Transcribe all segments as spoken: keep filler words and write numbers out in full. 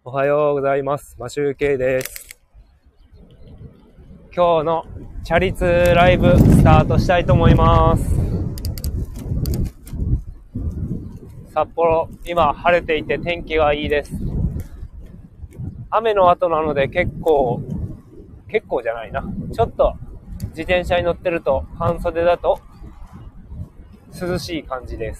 おはようございます。マシュウケイです。今日のチャリ通ライブスタートしたいと思います。札幌、今晴れていて天気がいいです。雨の後なので結構、結構じゃないな。ちょっと自転車に乗ってると半袖だと涼しい感じです。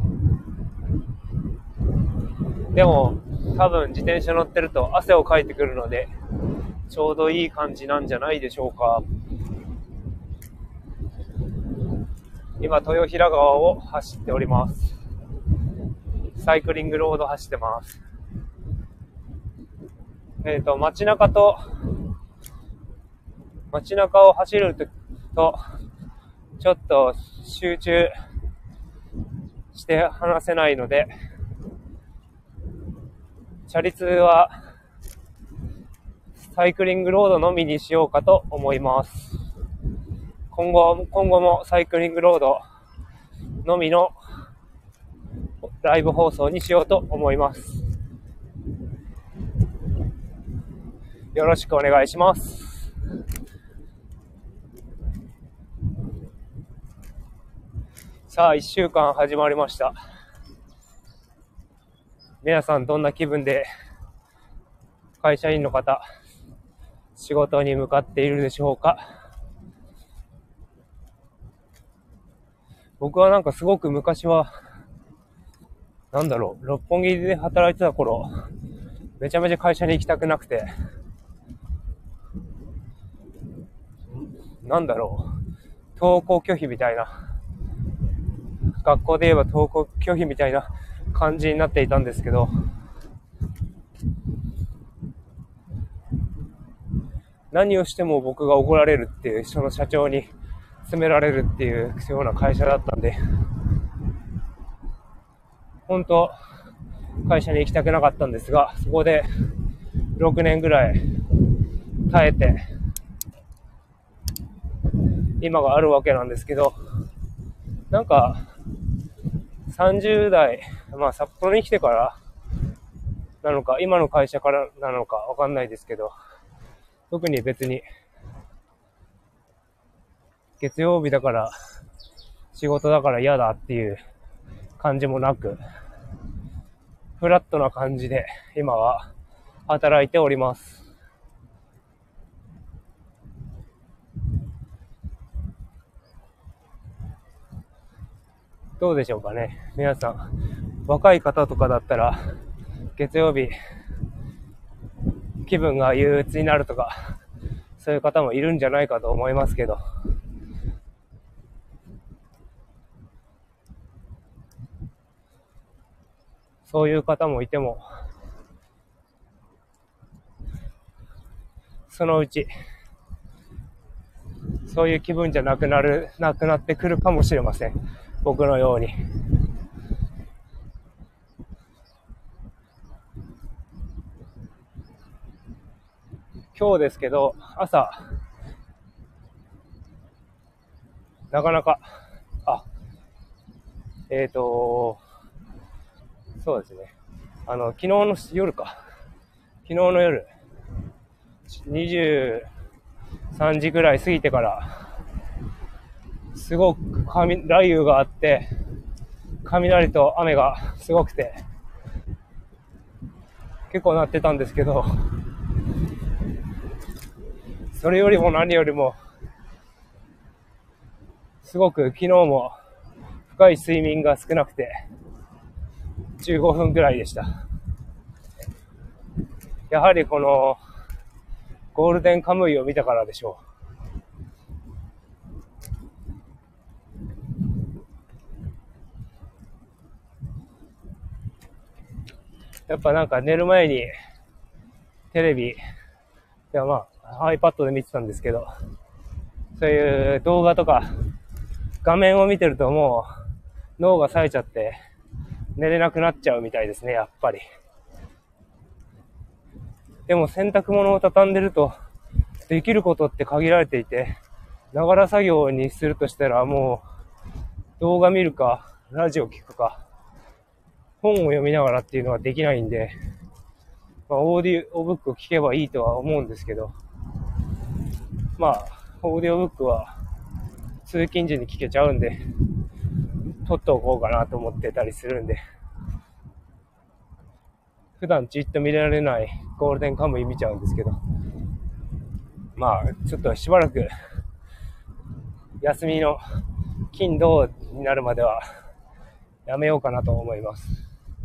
でも多分自転車乗ってると汗をかいてくるのでちょうどいい感じなんじゃないでしょうか。今豊平川を走っております。サイクリングロード走ってます。えっと街中と街中を走るとちょっと集中して話せないので、チャリ通はサイクリングロードのみにしようかと思います。今後、今後もサイクリングロードのみのライブ放送にしようと思います。よろしくお願いします。さあ、いっしゅうかん始まりました。皆さんどんな気分で会社員の方、仕事に向かっているでしょうか。僕はなんかすごく昔はなんだろう、六本木で働いてた頃、めちゃめちゃ会社に行きたくなくて、なんだろう、登校拒否みたいな、学校で言えば登校拒否みたいな感じになっていたんですけど、何をしても僕が怒られるっていう、その社長に責められるっていうような会社だったんで、本当会社に行きたくなかったんですが、そこでろくねんぐらい耐えて今があるわけなんですけど、なんかさんじゅう代、まあ札幌に来てからなのか今の会社からなのかわかんないですけど、特に別に月曜日だから仕事だから嫌だっていう感じもなく、フラットな感じで今は働いております。どうでしょうかね、皆さん。若い方とかだったら月曜日気分が憂鬱になるとか、そういう方もいるんじゃないかと思いますけど、そういう方もいても、そのうちそういう気分じゃなくなるなくなってくるかもしれません。僕のように。今日ですけど、朝なかなかあえっ、ー、とそうですね。あの昨日の夜か昨日の夜にじゅうさんじぐらい過ぎてからすごく雷雨があって、雷と雨がすごくて結構鳴ってたんですけど、それよりも何よりもすごく昨日も深い睡眠が少なくてじゅうごふんぐらいでした。やはりこのゴールデンカムイを見たからでしょう。やっぱなんか寝る前にテレビ、いやまあ iPad で見てたんですけど、そういう動画とか画面を見てるともう脳が冴えちゃって寝れなくなっちゃうみたいですね、やっぱり。でも洗濯物を畳んでるとできることって限られていて、ながら作業にするとしたらもう動画見るかラジオ聞くか本を読みながらっていうのはできないんで、 まあ、オーディオブックを聞けばいいとは思うんですけど、まあ、オーディオブックは通勤時に聞けちゃうんで、取っておこうかなと思ってたりするんで、普段じっと見られないゴールデンカムイ見ちゃうんですけど、まあ、ちょっとしばらく休みの金土になるまではやめようかなと思います。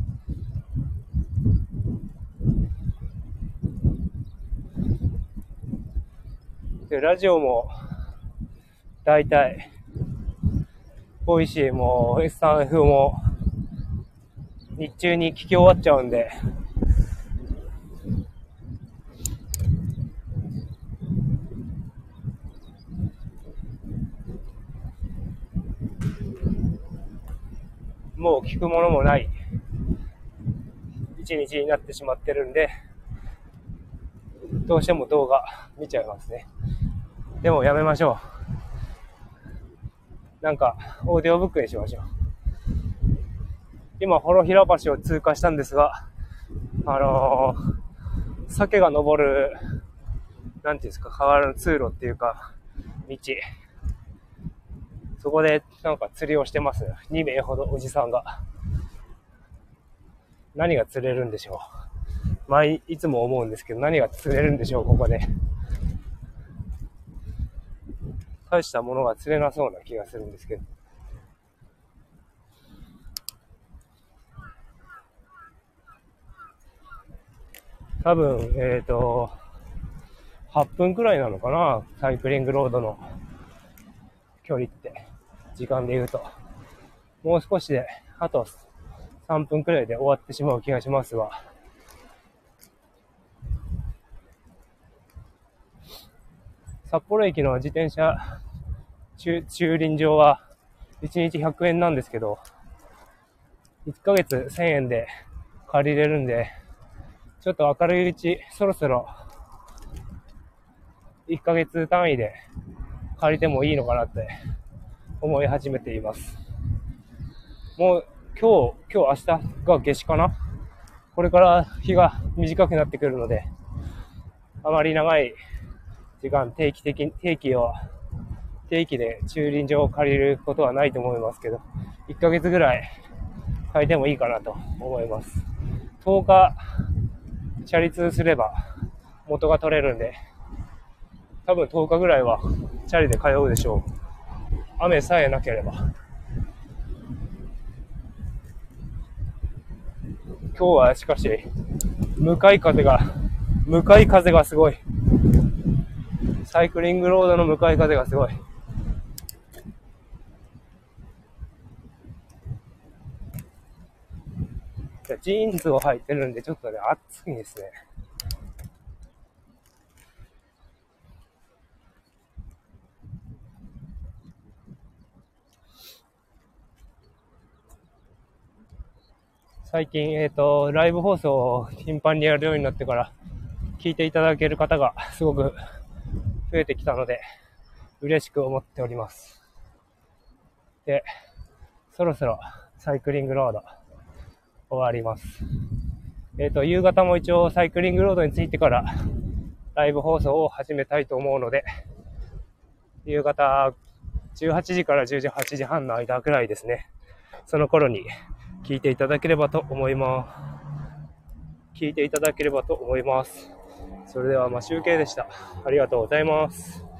で、ラジオもだいたいボイシーもスタンフも日中に聞き終わっちゃうんで、もう聞くものもない一日になってしまってるんで、どうしても動画見ちゃいますね。でもやめましょう。なんかオーディオブックにしましょう。今幌平橋を通過したんですが、あのー、鮭が登るなんていうんですか、川の通路っていうか道、そこでなんか釣りをしてます。にめいほどおじさんが。何が釣れるんでしょう。毎いつも思うんですけど、何が釣れるんでしょう。ここで大したものが釣れなそうな気がするんですけど、多分えっとはっぷんくらいなのかな、サイクリングロードの距離って時間で言うと。もう少しであとさんぷんくらいで終わってしまう気がしますわ。札幌駅の自転車 駐, 駐輪場はいちにちひゃくえんなんですけど、いっかげつせんえんで借りれるんで、ちょっと明るいうちそろそろいっかげつ単位で借りてもいいのかなって思い始めています。もう今日、今日明日が夏至かな。これから日が短くなってくるので、あまり長い時間定期的定期を定期で駐輪場を借りることはないと思いますけど、いっかげつぐらい借りてもいいかなと思います。とおかチャリ通すれば元が取れるんで、多分とおかぐらいはチャリで通うでしょう。雨さえなければ。今日はしかし向かい風が向かい風がすごい。サイクリングロードの向かい風がすごい。ジーンズを履いてるんでちょっとね暑いですね。最近えっとライブ放送を頻繁にやるようになってから聞いていただける方がすごく増えてきたので嬉しく思っております。で、そろそろサイクリングロード終わります。えっと夕方も一応サイクリングロードについてからライブ放送を始めたいと思うので、夕方じゅうはちじからじゅうはちじはんの間くらいですね。その頃に聞いていただければと思います。聞いていただければと思います。それではまあ集計でした。ありがとうございます。